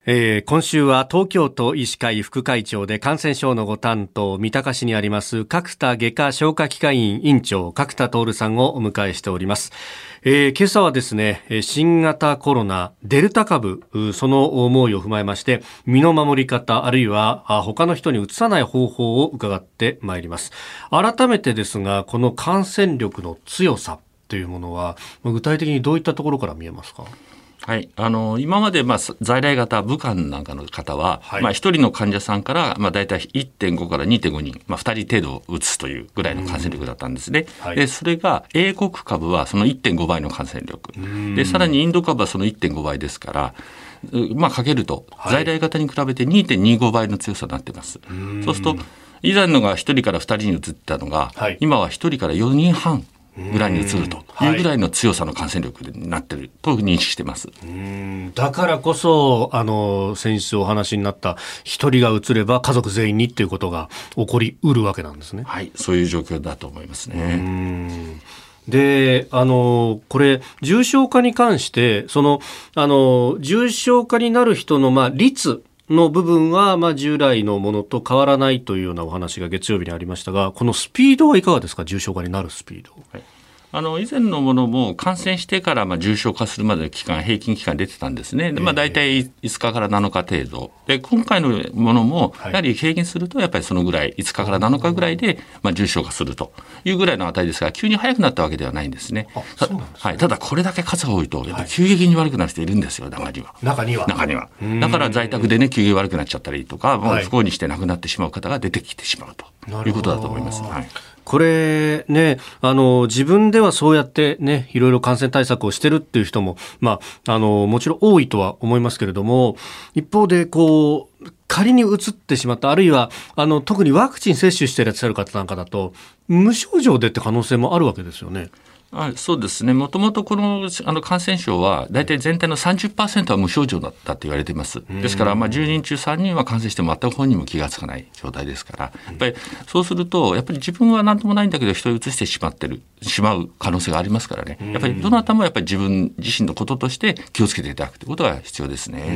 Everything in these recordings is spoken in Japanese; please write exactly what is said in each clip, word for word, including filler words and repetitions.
えー、今週は東京都医師会副会長で感染症のご担当、三鷹市にあります角田外科消化器科医院院長角田徹さんをお迎えしております。えー、今朝はですね、新型コロナデルタ株、その思いを踏まえまして身の守り方、あるいは他の人にうつさない方法を伺ってまいります。改めてですが、この感染力の強さというものは具体的にどういったところから見えますか？ はい、あの今までまあ在来型武漢なんかの方は、はい、まあ、ひとりの患者さんからまあ大体 いってんご から にてんご 人、まあ、ふたり程度うつというぐらいの感染力だったんですね、はい、でそれが英国株はその いってんご 倍の感染力で、さらにインド株はその いってんご 倍ですから、まあ、かけると在来型に比べて にてんにじゅうご 倍の強さになっています。そうすると以前のがひとりからふたりに移ったのが、はい、今はひとりからよにんはんぐらいに移るというぐらいの強さの感染力になっていると認識しています。 うーん、だからこそあの先日お話になった一人が移れば家族全員にということが起こりうるわけなんですね。 はい、そういう状況だと思いますね。 うーん、で、あのこれ重症化に関してそのあの重症化になる人のまあ率の部分はまあ従来のものと変わらないというようなお話が月曜日にありましたが、このスピードはいかがですか？重症化になるスピード。 はい、あの以前のものも感染してからまあ重症化するまでの期間、平均期間出てたんですね。で、まあ、大体いつかからなのか程度で、今回のものもやはり平均するとやっぱりそのぐらい、いつかからなのかぐらいでまあ重症化するというぐらいの値ですから、急に早くなったわけではないんですね。 あ、そうなんですね。 はい、ただこれだけ数が多いとやっぱり急激に悪くなる人いるんですよ、中には。 中には中にはだから在宅でね、急激に悪くなっちゃったりとか、もう不幸にして亡くなってしまう方が出てきてしまうということだと思います。はい、 これね、あの自分ではそうやってね、いろいろ感染対策をしてるっていう人も、まあ、あのもちろん多いとは思いますけれども、一方でこう仮にうつってしまった、あるいはあの特にワクチン接種していらっしゃる方なんかだと無症状でって可能性もあるわけですよね。 あ、そうですね。もともとこの、あの感染症は大体全体の さんじゅっパーセント は無症状だったと言われています。ですから、まあ、じゅうにん中さんにんは感染しても全く本人も気がつかない状態ですから、やっぱりそうするとやっぱり自分は何ともないんだけど人に移してしまってるしまう可能性がありますからね。やっぱりどなたもやっぱり自分自身のこととして気をつけていただくということが必要ですね。 うん、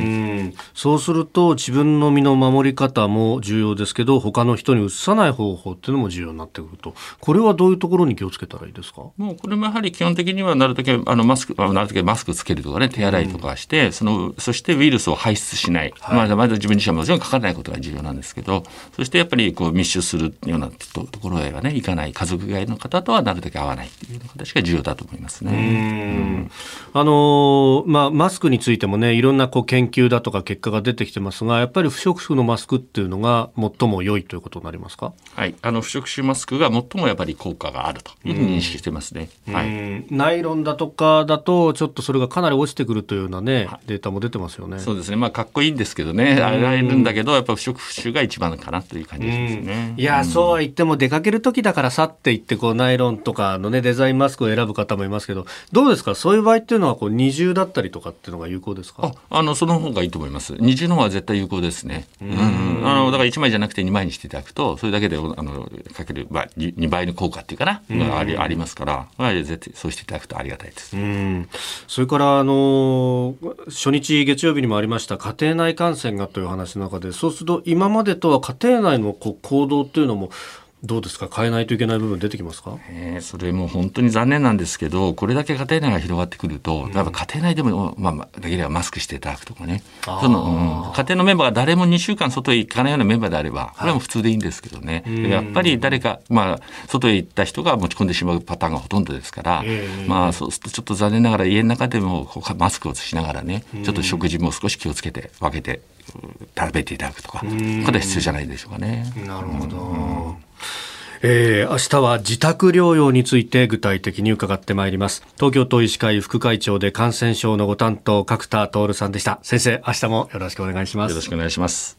そうすると自分の身の守り方も重要ですけど、他の人に移さない方法っていうのも重要になってくると、これはどういうところに気をつけたらいいですか？ もうこれもやはり基本的にはなるだけあのマスクなるだけマスクつけるとかね、手洗いとかして、うん、そのそしてウイルスを排出しない、はい、まあ、まず自分自身はもちろんかからないことが重要なんですけど、そしてやっぱりこう密集するような と, ところへはね行かない、家族外の方とはなるだけ会わないという形が重要だと思いますね。うんうんあのまあ、マスクについてもね、いろんなこう研究だとか結果が出てきてますが、やっぱり不織布のマスクっていうのが最も良いということになりますか？ はい、あの不織布マスクが最もやっぱり効果があるというふうに認識してますね。 うん、 はい、 ナイロンだとかだとちょっとそれがかなり落ちてくるというような、ね、データも出てますよね。 そうですね、まあ、かっこいいんですけどね、あられるんだけどやっぱ不織布が一番かなという感じですね。 いや、そうは言っても出かける時だからさって言ってこうナイロンとかの、ね、デザインマスクを選ぶ方もいますけど、どうですか？そういう場合っていうのはこう二重だったりとかっていうのが有効ですか？ ああのその方がいいと思います。二重の方が絶対有効ですね。うんうんあのだからいちまいじゃなくてにまいにしていただくと、それだけであのかける、まあ、にばいの効果っていうかな、あり、ありますから、まあ、絶対そうしていただくとありがたいです。 うんそれからあの初日月曜日にもありました家庭内感染がという話の中で、そうすると今までとは家庭内のこう行動っていうのもどうですか？変えないといけない部分出てきますか？ えー、それも本当に残念なんですけど、これだけ家庭内が広がってくると、うん、やっぱ家庭内でも、まあ、できればマスクしていただくとかね、その、うん、家庭のメンバーが誰もにしゅうかん外へ行かないようなメンバーであればこれはもう普通でいいんですけどね、はい、やっぱり誰か、まあ、外へ行った人が持ち込んでしまうパターンがほとんどですから、えーまあ、そうするとちょっと残念ながら家の中でもこうマスクをしながらね、ちょっと食事も少し気をつけて分けて食べていただくとか、これは必要じゃないでしょうかね。 なるほど。うんえー、明日は自宅療養について具体的に伺ってまいります。東京都医師会副会長で感染症のご担当角田徹さんでした。先生、明日もよろしくお願いします。 よろしくお願いします。